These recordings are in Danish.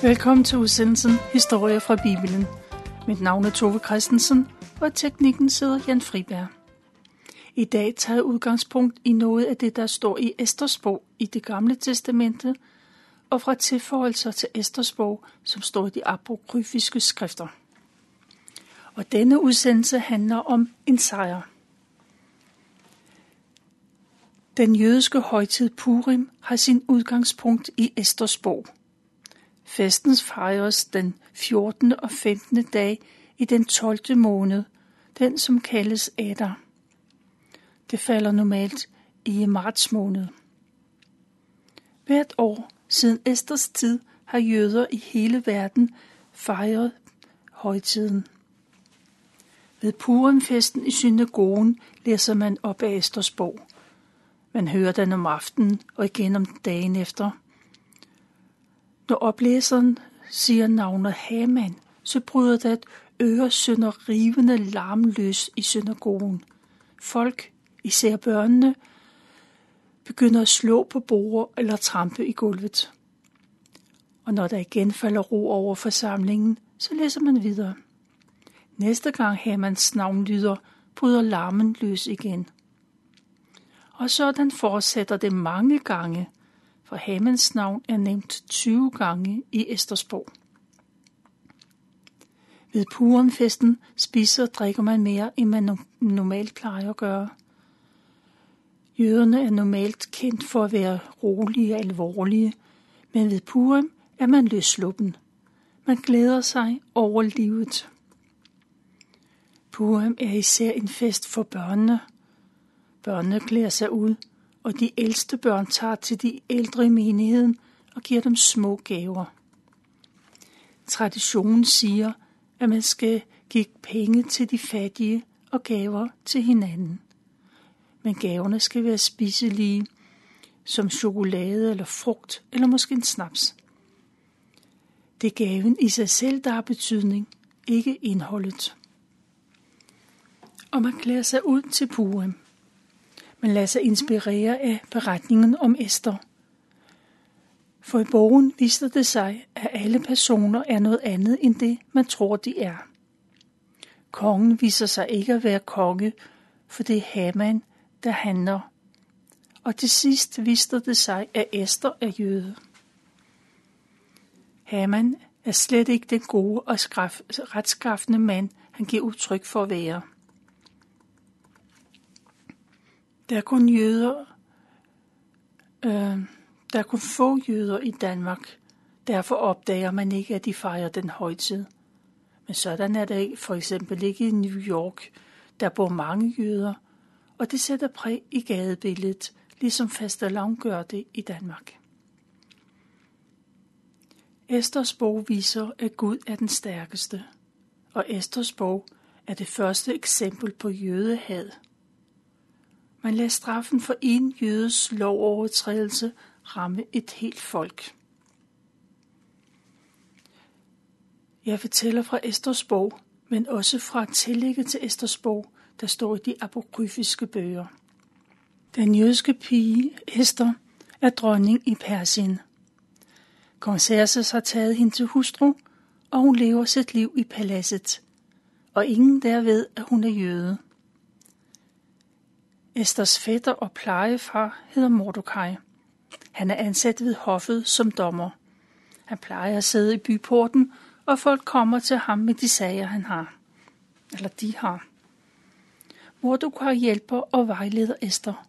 Velkommen til udsendelsen Historier fra Bibelen. Mit navn er Tove Christensen, og i teknikken sidder Jan Friberg. I dag tager jeg udgangspunkt i noget af det, der står i Esters bog i Det Gamle Testamente, og fra tilføjelser til Esters bog, som står i de apokryfiske skrifter. Og denne udsendelse handler om en sejr. Den jødiske højtid Purim har sin udgangspunkt i Esters bog. Festen fejres den 14. og 15. dag i den 12. måned, den som kaldes Adar. Det falder normalt i marts måned. Hvert år siden Esters tid har jøder i hele verden fejret højtiden. Ved Purimfesten i synagogen læser man op af Esters bog. Man hører den om aftenen og igen om dagen efter. Når oplæseren siger navnet Haman, så bryder der et øresønder rivende larm løs i synagogen. Folk, især børnene, begynder at slå på borde eller trampe i gulvet. Og når der igen falder ro over forsamlingen, så læser man videre. Næste gang Hamans navn lyder, bryder larmen løs igen. Og sådan fortsætter det mange gange, for Hamans navn er nævnt 20 gange i Esters bog. Ved Purimfesten spiser og drikker man mere, end man normalt plejer at gøre. Jøderne er normalt kendt for at være rolige og alvorlige, men ved Purim er man løssluppen. Man glæder sig over livet. Purim er især en fest for børnene. Børnene klæder sig ud, og de ældste børn tager til de ældre i menigheden og giver dem små gaver. Traditionen siger, at man skal give penge til de fattige og gaver til hinanden. Men gaverne skal være spiselige, som chokolade eller frugt, eller måske en snaps. Det er gaven i sig selv, der har betydning, ikke indholdet. Og man klæder sig ud til Purim. Man lader sig inspirere af beretningen om Ester. For i bogen viser det sig, at alle personer er noget andet end det, man tror, de er. Kongen viser sig ikke at være konge, for det er Haman, der handler. Og til sidst viser det sig, at Ester er jøde. Haman er slet ikke den gode og retskaffende mand, han giver udtryk for at være. Der er kun få jøder i Danmark. Derfor opdager man ikke, at de fejrer den højtid. Men sådan er det for eksempel ikke i New York. Der bor mange jøder, og det sætter præg i gadebilledet, ligesom fastelavn gør det i Danmark. Esters bog viser, at Gud er den stærkeste, og Esters bog er det første eksempel på jødehad. Man lader straffen for en jødes lovovertrædelse ramme et helt folk. Jeg fortæller fra Esters bog, men også fra tillægget til Esters bog, der står i de apokryfiske bøger. Den jødiske pige Ester er dronning i Persien. Kong Xerxes har taget hende til hustru, og hun lever sit liv i paladset, og ingen der ved, at hun er jøde. Esters fætter og plejefar hedder Mordokaj. Han er ansat ved hoffet som dommer. Han plejer at sidde i byporten, og folk kommer til ham med de sager, han har. Eller de har. Mordokaj hjælper og vejleder Ester.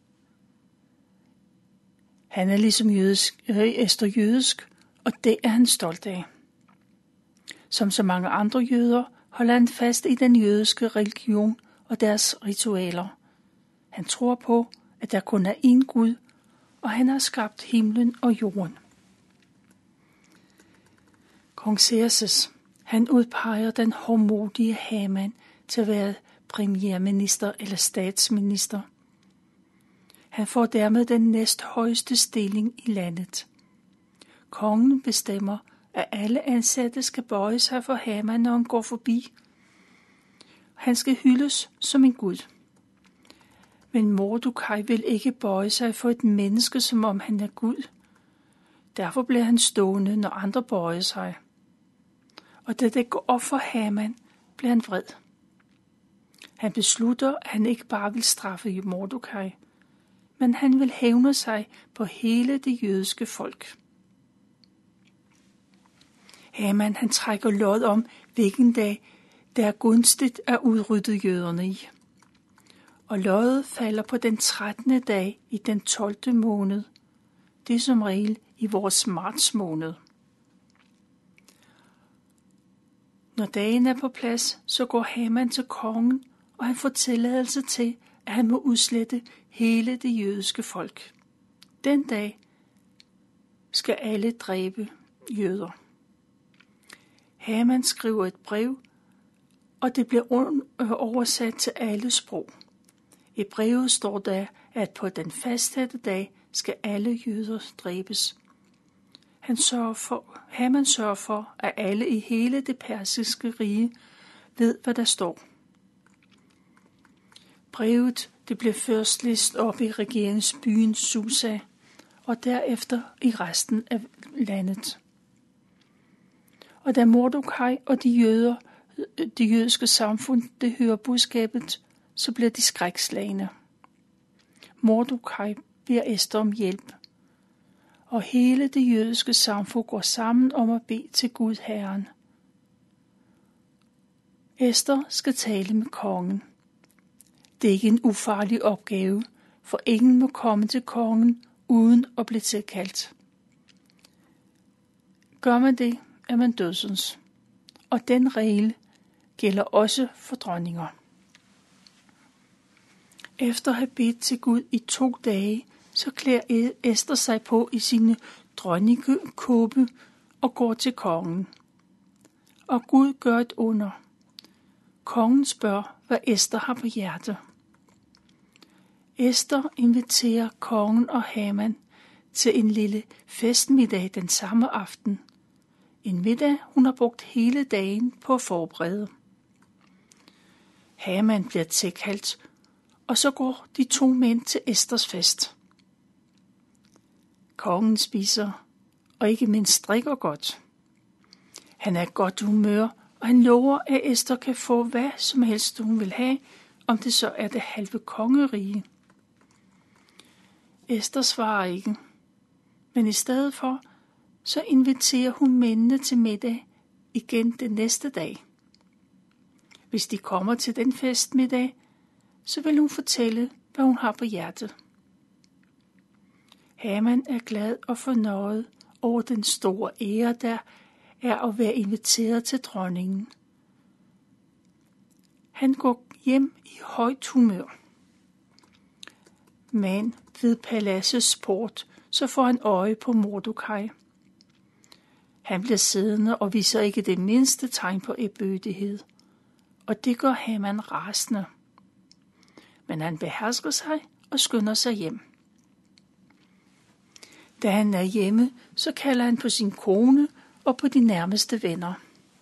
Han er ligesom Ester jødisk, og det er han stolt af. Som så mange andre jøder holder han fast i den jødiske religion og deres ritualer. Han tror på, at der kun er én Gud, og han har skabt himlen og jorden. Kong Xerxes, han udpeger den hårdmodige Haman til at være premierminister eller statsminister. Han får dermed den næsthøjeste stilling i landet. Kongen bestemmer, at alle ansatte skal bøje sig for Haman, når han går forbi. Han skal hyldes som en gud. Men Mordokaj vil ikke bøje sig for et menneske, som om han er Gud. Derfor bliver han stående, når andre bøjer sig. Og da det går op for Haman, bliver han vred. Han beslutter, at han ikke bare vil straffe Mordokaj, men han vil hævne sig på hele det jødiske folk. Haman han trækker lod om, hvilken dag det er gunstigt at udrydde jøderne i. Og loddet falder på den 13. dag i den 12. måned. Det er som regel i vores marts måned. Når dagen er på plads, så går Haman til kongen, og han får tilladelse til, at han må udslette hele det jødiske folk. Den dag skal alle dræbe jøder. Haman skriver et brev, og det bliver oversat til alle sprog. I brevet står der, at på den fastsatte dag skal alle jøder dræbes. Haman sørger for, at alle i hele det persiske rige ved, hvad der står. Brevet det blev først læst op i regeringsbyen Susa, og derefter i resten af landet. Og da Mordokaj og det jødiske samfund, det hører budskabet, så bliver de skrækslagne. Mordokaj beder Ester om hjælp, og hele det jødiske samfund går sammen om at bede til Gud Herren. Ester skal tale med kongen. Det er ikke en ufarlig opgave, for ingen må komme til kongen uden at blive tilkaldt. Gør man det, er man dødsens, og den regel gælder også for dronninger. Efter at have bedt til Gud i 2 dage, så klæder Ester sig på i sine dronningekåbe og går til kongen. Og Gud gør et under. Kongen spørger, hvad Ester har på hjerte. Ester inviterer kongen og Haman til en lille festmiddag den samme aften. En middag, hun har brugt hele dagen på at forberede. Haman bliver tilkaldt, og så går de 2 mænd til Esters fest. Kongen spiser, og ikke mindst drikker godt. Han er i godt humør, og han lover, at Ester kan få hvad som helst, hun vil have, om det så er det halve kongerige. Ester svarer ikke, men i stedet for, så inviterer hun mændene til middag igen den næste dag. Hvis de kommer til den festmiddag, så vil hun fortælle, hvad hun har på hjertet. Haman er glad og fornøjet over den store ære, der er at være inviteret til dronningen. Han går hjem i højt humør. Men ved paladsets port, så får han øje på Mordokaj. Han bliver siddende og viser ikke det mindste tegn på ærbødighed, og det gør Haman rasende. Men han behersker sig og skynder sig hjem. Da han er hjemme, så kalder han på sin kone og på de nærmeste venner.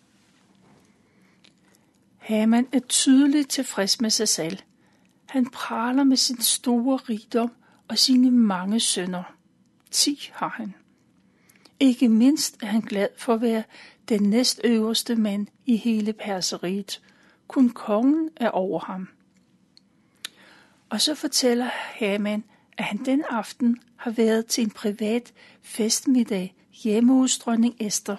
Haman er tydeligt tilfreds med sig selv. Han praler med sin store rigdom og sine mange sønner. 10 har han. Ikke mindst er han glad for at være den næstøverste mand i hele Perseriet. Kun kongen er over ham. Og så fortæller Haman, at han den aften har været til en privat festmiddag hjemme hos dronning Ester.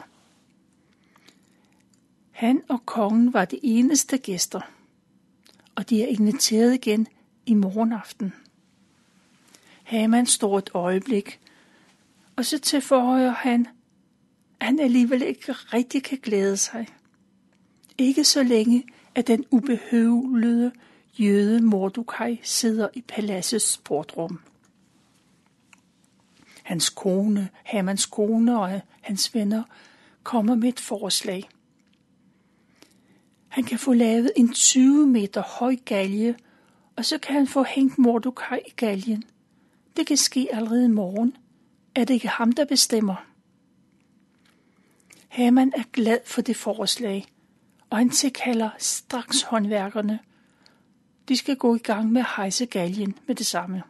Han og kongen var de eneste gæster, og de er inviteret igen i morgenaften. Haman står et øjeblik, og så tilføjer han, at han alligevel ikke rigtig kan glæde sig. Ikke så længe, at den ubehøvlede jøde Mordokaj sidder i paladsets portrum. Hamans kone og hans venner kommer med et forslag. Han kan få lavet en 20 meter høj galge, og så kan han få hængt Mordokaj i galgen. Det kan ske allerede i morgen. Er det ikke ham, der bestemmer? Haman er glad for det forslag, og han tilkalder straks håndværkerne. De skal gå i gang med at hejse galgen med det samme.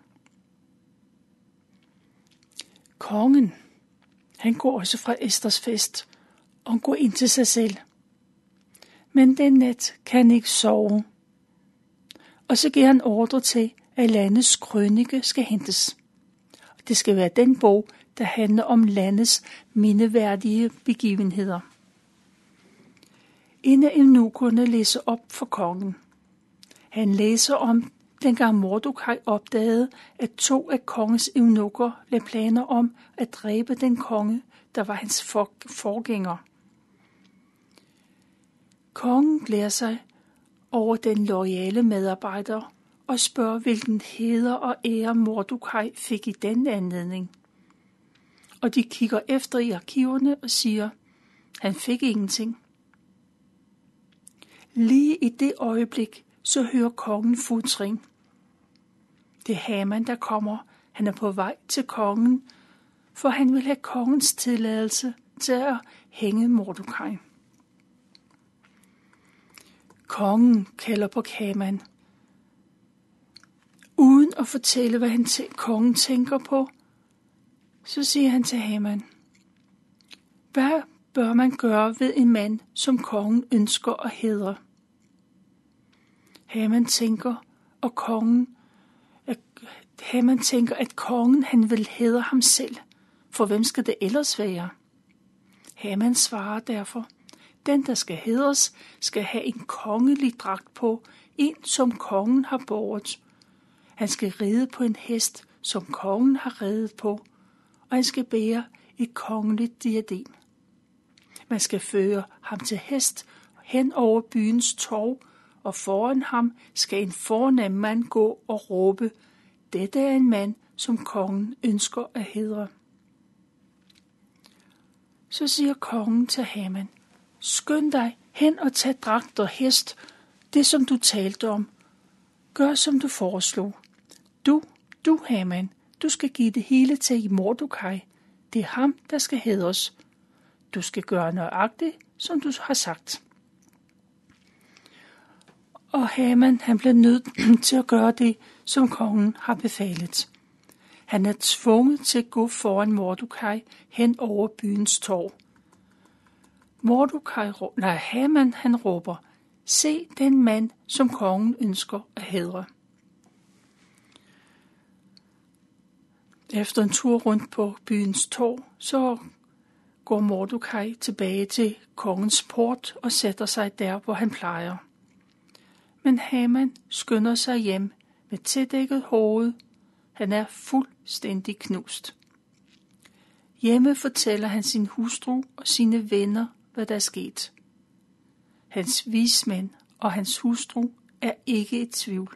Kongen, han går også fra Esters fest, og han går ind til sig selv. Men den nat kan han ikke sove. Og så giver han ordre til, at landets krønike skal hentes. Det skal være den bog, der handler om landets mindeværdige begivenheder. En af eunukkerne læser op for kongen. Han læser om, dengang Mordokaj opdagede, at 2 af kongens eunukker lagde planer om at dræbe den konge, der var hans forgænger. Kongen glæder sig over den loyale medarbejder og spørger, hvilken heder og ære Mordokaj fik i den anledning. Og de kigger efter i arkiverne og siger, han fik ingenting. Lige i det øjeblik, så hører kongen futring. Det er Haman, der kommer. Han er på vej til kongen, for han vil have kongens tilladelse til at hænge Mordokaj. Kongen kalder på Haman. Uden at fortælle, hvad kongen tænker på, så siger han til Haman, hvad bør man gøre ved en mand, som kongen ønsker at hædre? Haman tænker, at kongen han vil hædre ham selv, for hvem skal det ellers være? Haman svarer derfor, den der skal hædres, skal have en kongelig dragt på, en som kongen har båret. Han skal ride på en hest, som kongen har ridet på, og han skal bære et kongeligt diadem. Man skal føre ham til hest hen over byens torv, og foran ham skal en fornem mand gå og råbe, dette er en mand, som kongen ønsker at hædre. Så siger kongen til Haman, skynd dig hen og tag dragt og hest, det som du talte om. Gør som du foreslog. Du Haman, du skal give det hele til Mordokaj. Det er ham, der skal hædres. Du skal gøre nøjagtigt, som du har sagt. Og Haman, han blev nødt til at gøre det, som kongen har befalet. Han er tvunget til at gå foran Mordokaj hen over byens torv. Haman, han råber, se den mand, som kongen ønsker at hædre. Efter en tur rundt på byens torv, så går Mordokaj tilbage til kongens port og sætter sig der, hvor han plejer. Men Haman skynder sig hjem med tildækket hoved. Han er fuldstændig knust. Hjemme fortæller han sin hustru og sine venner, hvad der er sket. Hans vismænd og hans hustru er ikke i tvivl.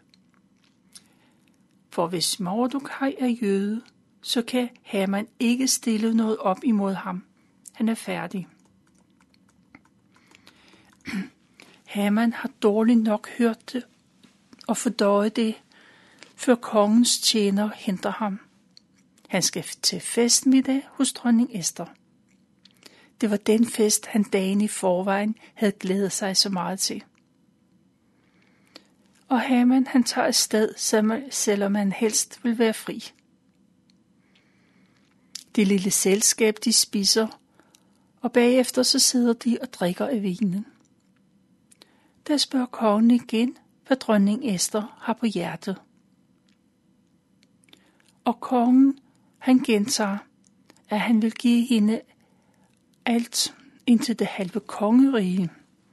For hvis Mordokaj er jøde, så kan Haman ikke stille noget op imod ham. Han er færdig. Haman har dårligt nok hørt det og fordøjet det, før kongens tjener henter ham. Han skal til festmiddag hos dronning Ester. Det var den fest, han dagen i forvejen havde glædet sig så meget til. Og Haman, han tager afsted, selvom han helst vil være fri. Det lille selskab, de spiser, og bagefter så sidder de og drikker af vinen. Der spørger kongen igen, hvad dronning Ester har på hjertet. Og kongen, han gentager, at han vil give hende alt indtil det halve kongerige.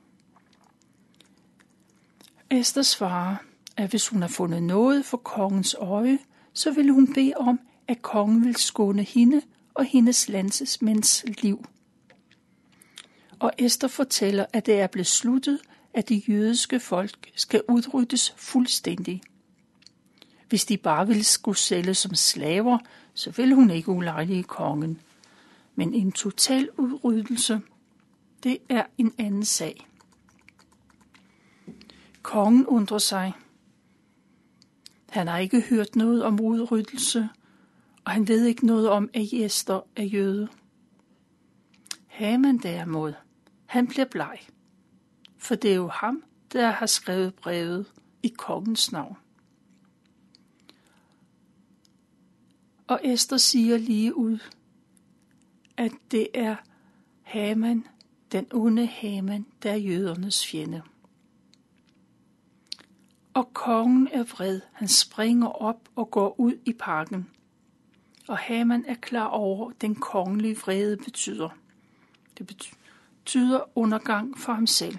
Ester svarer, at hvis hun har fundet noget for kongens øje, så vil hun bede om, at kongen vil skåne hende og hendes landsmænds liv. Og Ester fortæller, at det er besluttet, at det jødiske folk skal udryddes fuldstændig. Hvis de bare ville skulle sælge som slaver, så ville hun ikke ulejlige kongen. Men en total udryddelse, det er en anden sag. Kongen undrer sig. Han har ikke hørt noget om udryddelse, og han ved ikke noget om, at Ester er jøde. Haman derimod, han bliver bleg, for det er jo ham, der har skrevet brevet i kongens navn. Og Ester siger lige ud, at det er Haman, den onde Haman, der er jødernes fjende. Og kongen er vred. Han springer op og går ud i parken. Og Haman er klar over, den kongelige vrede betyder. Det betyder undergang for ham selv.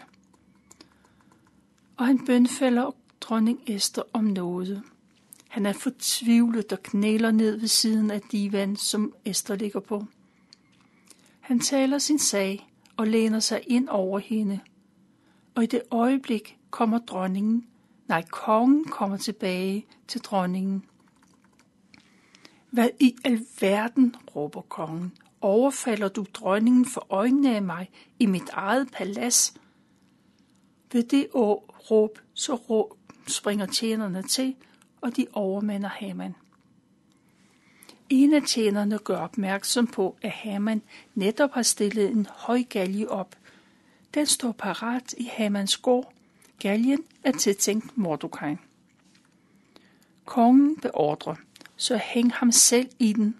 Og han bønfalder dronning Ester om nåde. Han er fortvivlet og knæler ned ved siden af divan, som Ester ligger på. Han taler sin sag og læner sig ind over hende. Og i det øjeblik kommer kongen kommer tilbage til dronningen. Hvad i alverden, råber kongen. Overfalder du dronningen for øjnene af mig i mit eget palads? Ved det råb, springer tjenerne til, og de overmander Haman. En af tjenerne gør opmærksom på, at Haman netop har stillet en høj galge op. Den står parat i Hamans gård. Galgen er tiltænkt Mordokaj. Kongen beordrer, så hæng ham selv i den.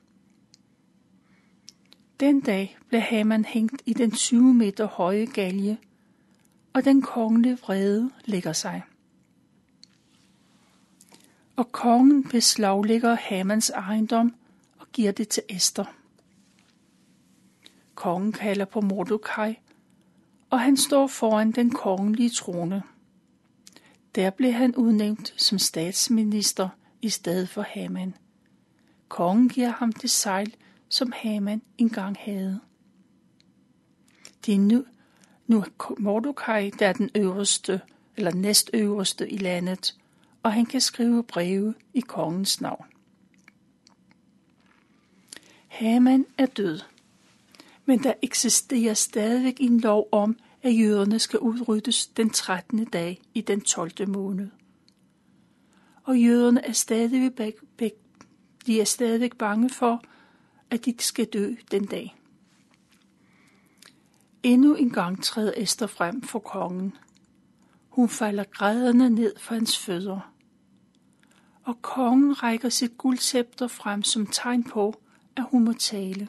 Den dag blev Haman hængt i den 20 meter høje galge, og den kongelige vrede lægger sig. Og kongen beslaglægger Hamans ejendom og giver det til Ester. Kongen kalder på Mordokaj, og han står foran den kongelige trone. Der blev han udnævnt som statsminister i stedet for Haman. Kongen giver ham det sejl, som Haman engang havde. Det er nu Mordokaj, der er den øverste eller næstøverste i landet, og han kan skrive breve i kongens navn. Haman er død, men der eksisterer stadigvæk en lov om, at jøderne skal udryddes den 13. dag i den 12. måned. Og jøderne er stadigvæk bange for, at de skal dø den dag. Endnu en gang træder Ester frem for kongen. Hun falder grædende ned for hans fødder. Og kongen rækker sit guldscepter frem som tegn på, at hun må tale.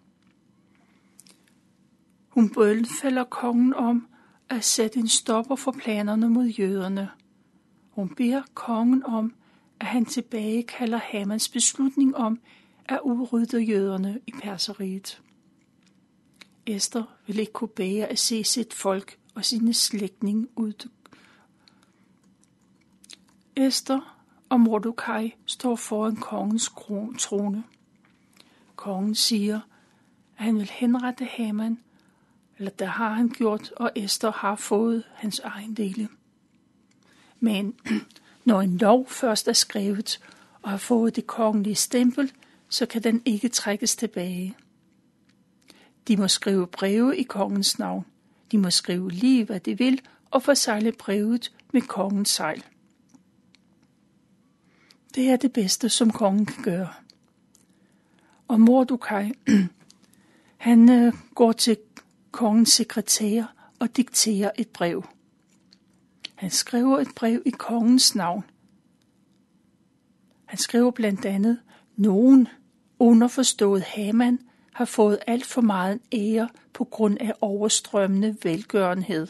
Hun bønfalder kongen om at sætte en stopper for planerne mod jøderne. Hun beder kongen om, at han tilbagekalder Hamans beslutning om at udrydde jøderne i Perseriet. Ester vil ikke kunne bære at se sit folk og sine slægtninge ud. Ester og Mordokaj står foran kongens trone. Kongen siger, at han vil henrette Haman, eller det har han gjort, og Ester har fået hans ejendele. Men når en lov først er skrevet og har fået det kongelige stempel, så kan den ikke trækkes tilbage. De må skrive breve i kongens navn. De må skrive lige, hvad de vil, og forsejle brevet med kongens sejl. Det er det bedste, som kongen kan gøre. Og Mordokaj, han går til kongens sekretær og dikterer et brev. Han skriver et brev i kongens navn. Han skriver blandt andet, nogen underforstået Haman har fået alt for meget ære på grund af overstrømmende velgørenhed.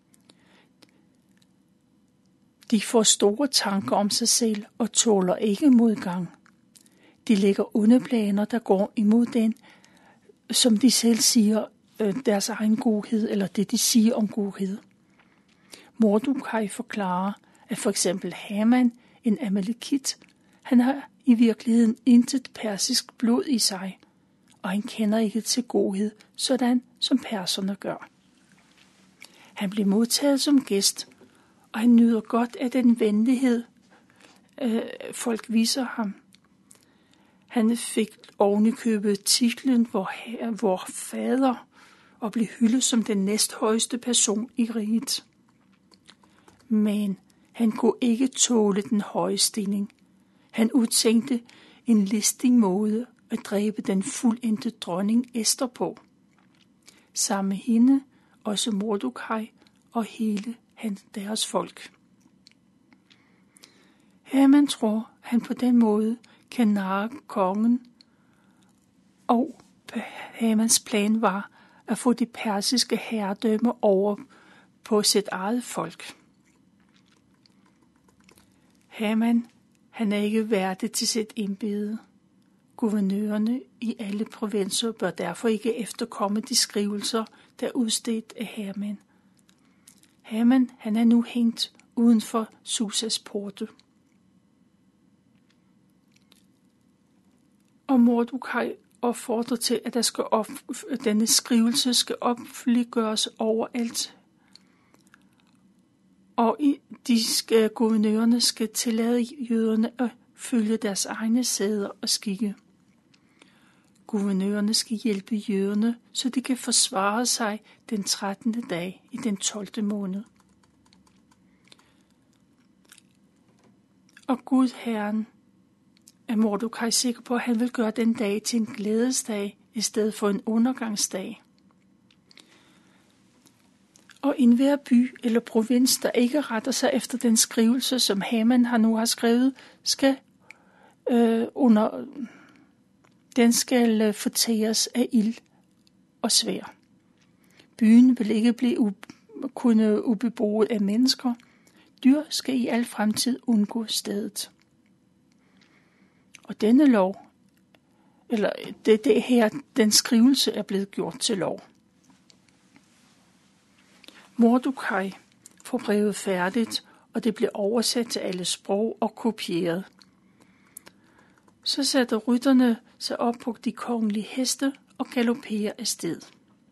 De får store tanker om sig selv og tåler ikke modgang. De lægger onde planer, der går imod den, som de selv siger, deres egen godhed, eller det de siger om godhed. Mordokaj forklarer, at for eksempel Haman, en amalekit, han har i virkeligheden intet persisk blod i sig, og han kender ikke til godhed, sådan som perserne gør. Han bliver modtaget som gæst, og han nyder godt af den venlighed, folk viser ham. Han fik ovenikøbet titlen vor fader og blev hyldet som den næsthøjeste person i riget. Men han kunne ikke tåle den høje stilling. Han udtænkte en listig måde at dræbe den fuldendte dronning Ester på. Sammen med hende også Mordokaj og hele deres folk. Haman tror, han på den måde kan narre kongen, og Hamans plan var at få de persiske herredømme over på sit eget folk. Haman, han er ikke værdig til sit embede. Guvernørerne i alle provinser bør derfor ikke efterkomme de skrivelser, der er udstedt af Haman. Haman, han er nu hængt uden for Susas porte. Og Mordokaj opfordrer til, at denne skrivelse skal offentliggøres overalt. Og guvernørerne skal tillade jøderne at følge deres egne sæder og skikke. Guvernørerne skal hjælpe jøderne, så de kan forsvare sig den 13. dag i den 12. måned. Og Gud Herren er Mordokaj sikker på, at han vil gøre den dag til en glædesdag i stedet for en undergangsdag. Og enhver by eller provins, der ikke retter sig efter den skrivelse, som Haman har skrevet, den skal fortæres af ild og sværd. Byen vil ikke kunne ubeboet af mennesker. Dyr skal i al fremtid undgå stedet. Og denne lov, eller det her, den skrivelse er blevet gjort til lov. Mordokaj får brevet færdigt, og det bliver oversat til alle sprog og kopieret. Så sætter rytterne sig op på de kongelige heste og galopperer afsted.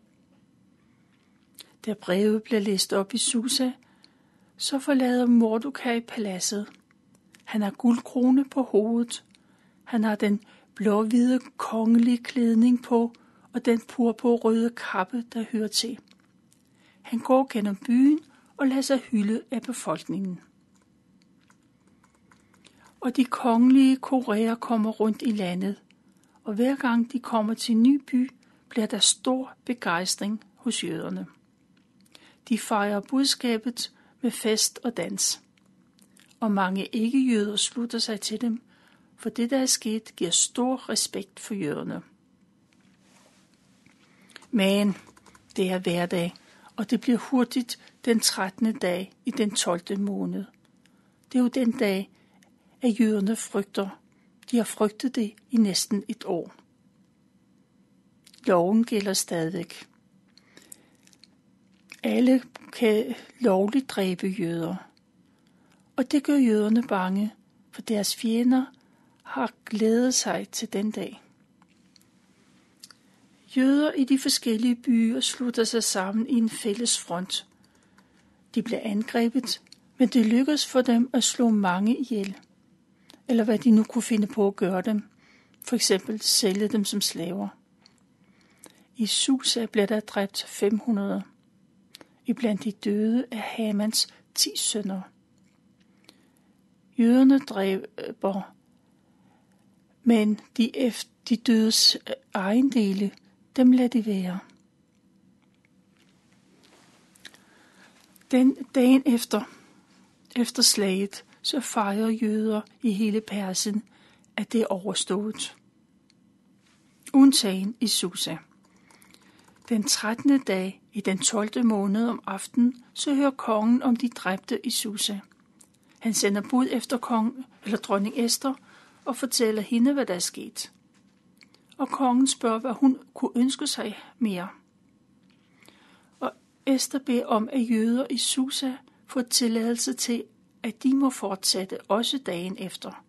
Da brevet bliver læst op i Susa, så forlader Mordokaj paladset. Han har guldkrone på hovedet. Han har den blå-hvide kongelige klædning på og den purpurrøde kappe, der hører til. Han går gennem byen og lader sig hylde af befolkningen. Og de kongelige kurerer kommer rundt i landet, og hver gang de kommer til en ny by, bliver der stor begejstring hos jøderne. De fejrer budskabet med fest og dans, og mange ikke-jøder slutter sig til dem, for det, der er sket, giver stor respekt for jøderne. Men det er hverdag, og det bliver hurtigt den 13. dag i den 12. måned. Det er jo den dag, at jøderne frygter. De har frygtet det i næsten et år. Loven gælder stadigvæk. Alle kan lovligt dræbe jøder. Og det gør jøderne bange, for deres fjender har glædet sig til den dag. Jøder i de forskellige byer slutter sig sammen i en fælles front. De bliver angrebet, men det lykkes for dem at slå mange ihjel. Eller hvad de nu kunne finde på at gøre dem. For eksempel sælge dem som slaver. I Susa bliver der dræbt 500. Iblandt de døde er Hamans 10 sønner. Jøderne dræber, men de dødes ejendele, dem lader de være. Den dagen efter slaget, så fejrer jøder i hele Persien, at det er overstået. Undtagen i Susa. Den 13. dag i den 12. måned om aftenen, så hører kongen om de dræbte i Susa. Han sender bud efter dronning Ester og fortæller hende, hvad der er sket. Og kongen spørger, hvad hun kunne ønske sig mere. Og Ester beder om, at jøder i Susa får tilladelse til, at de må fortsætte også dagen efter.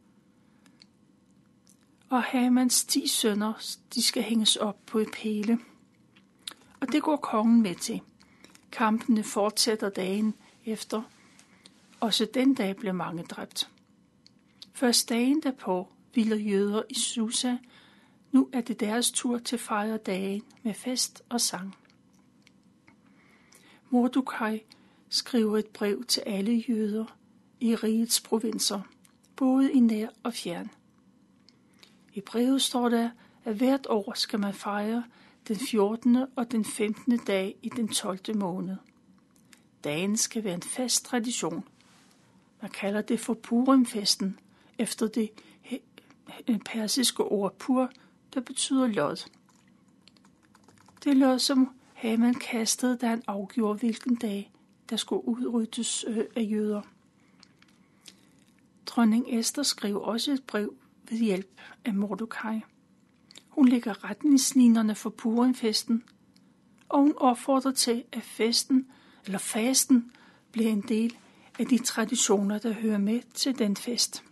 Og Hamans 10 sønner, de skal hænges op på en pæle. Og det går kongen med til. Kampene fortsætter dagen efter. Også den dag blev mange dræbt. Først dagen derpå hviler jøder i Susa. Nu er det deres tur til at fejre dagen med fest og sang. Mordokaj skriver et brev til alle jøder i rigets provinser, både i nær og fjern. I brevet står der, at hvert år skal man fejre den 14. og den 15. dag i den 12. måned. Dagen skal være en fast tradition. Man kalder det for Purimfesten, efter det persiske ord pur, der betyder lod. Det lod, som Haman kastede, da han afgjorde, hvilken dag der skulle udryddes af jøder. Dronning Esther skrev også et brev ved hjælp af Mordokaj. Hun lægger retningslinjerne for Purimfesten, og hun opfordrer til, at fasten bliver en del af de traditioner, der hører med til den fest.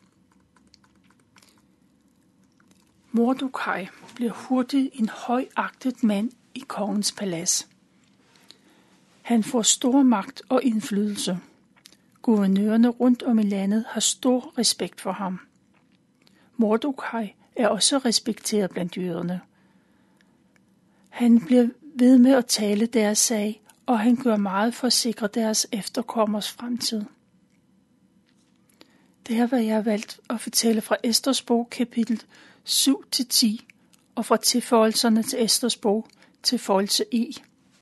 Mordokaj bliver hurtigt en højagtet mand i kongens palads. Han får stor magt og indflydelse. Guvernørerne rundt om i landet har stor respekt for ham. Mordokaj er også respekteret blandt jøderne. Han bliver ved med at tale deres sag, og han gør meget for at sikre deres efterkommers fremtid. Det her, hvad jeg har valgt at fortælle fra Esters bog, kapitel 7-10, og fra tilføjelserne til Esters bog, tilføjelse E.